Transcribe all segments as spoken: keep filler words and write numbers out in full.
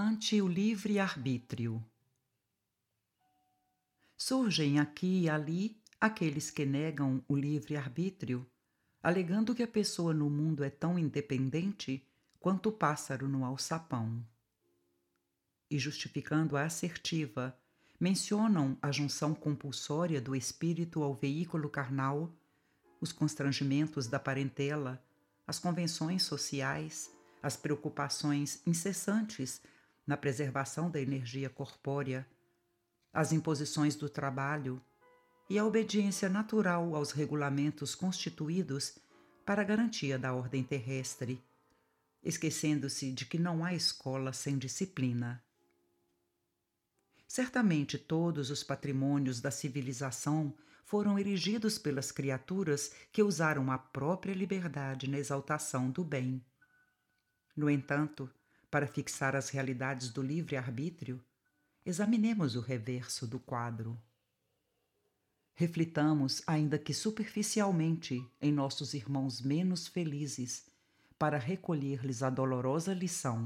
ante o livre-arbítrio. Surgem aqui e ali aqueles que negam o livre-arbítrio, alegando que a pessoa no mundo é tão independente quanto o pássaro no alçapão. E justificando a assertiva, mencionam a junção compulsória do espírito ao veículo carnal, os constrangimentos da parentela, as convenções sociais, as preocupações incessantes na preservação da energia corpórea, as imposições do trabalho e a obediência natural aos regulamentos constituídos para a garantia da ordem terrestre, esquecendo-se de que não há escola sem disciplina. Certamente todos os patrimônios da civilização foram erigidos pelas criaturas que usaram a própria liberdade na exaltação do bem. No entanto, para fixar as realidades do livre-arbítrio, examinemos o reverso do quadro. Reflitamos, ainda que superficialmente, em nossos irmãos menos felizes, para recolher-lhes a dolorosa lição.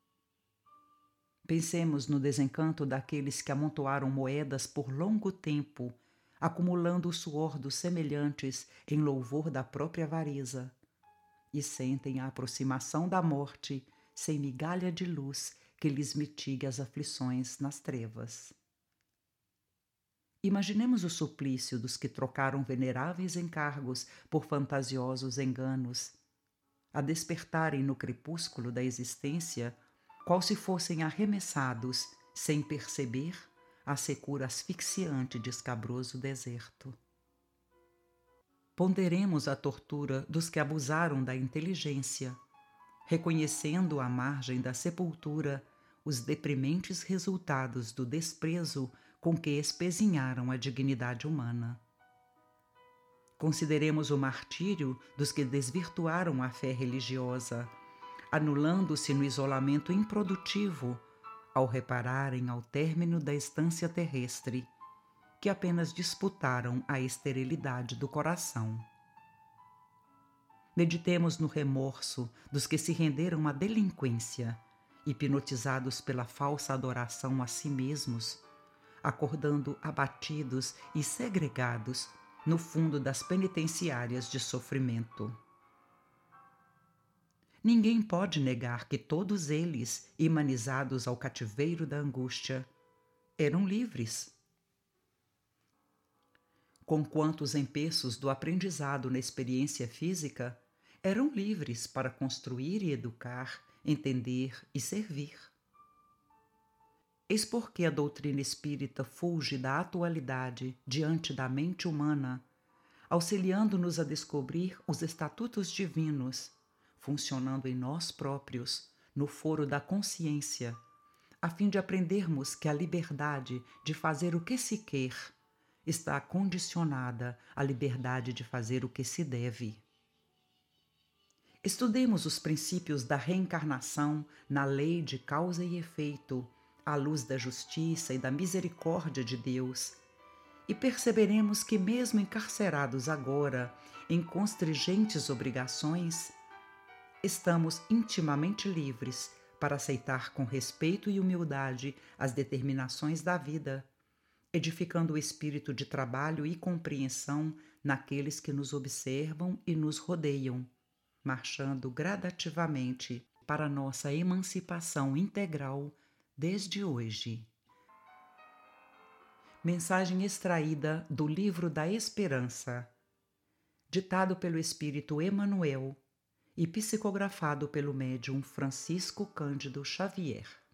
Pensemos no desencanto daqueles que amontoaram moedas por longo tempo, acumulando o suor dos semelhantes em louvor da própria avareza, e sentem a aproximação da morte sem migalha de luz que lhes mitigue as aflições nas trevas. Imaginemos o suplício dos que trocaram veneráveis encargos por fantasiosos enganos, a despertarem no crepúsculo da existência, qual se fossem arremessados, sem perceber, à secura asfixiante de escabroso deserto. Ponderemos a tortura dos que abusaram da inteligência, reconhecendo à margem da sepultura os deprimentes resultados do desprezo com que espezinharam a dignidade humana. Consideremos o martírio dos que desvirtuaram a fé religiosa, anulando-se no isolamento improdutivo ao repararem ao término da estância terrestre, que apenas disputaram a esterilidade do coração. Meditemos no remorso dos que se renderam à delinquência, hipnotizados pela falsa adoração a si mesmos, acordando abatidos e segregados no fundo das penitenciárias de sofrimento. Ninguém pode negar que todos eles, imanizados ao cativeiro da angústia, eram livres. Conquanto os empeços do aprendizado na experiência física, eram livres para construir e educar, entender e servir. Eis porque a doutrina espírita fulge da atualidade diante da mente humana, auxiliando-nos a descobrir os estatutos divinos, funcionando em nós próprios, no foro da consciência, a fim de aprendermos que a liberdade de fazer o que se quer está condicionada à liberdade de fazer o que se deve. Estudemos os princípios da reencarnação na lei de causa e efeito, à luz da justiça e da misericórdia de Deus, e perceberemos que, mesmo encarcerados agora em constringentes obrigações, estamos intimamente livres para aceitar com respeito e humildade as determinações da vida, edificando o espírito de trabalho e compreensão naqueles que nos observam e nos rodeiam, marchando gradativamente para nossa emancipação integral desde hoje. Mensagem extraída do Livro da Esperança, ditado pelo Espírito Emmanuel e psicografado pelo médium Francisco Cândido Xavier.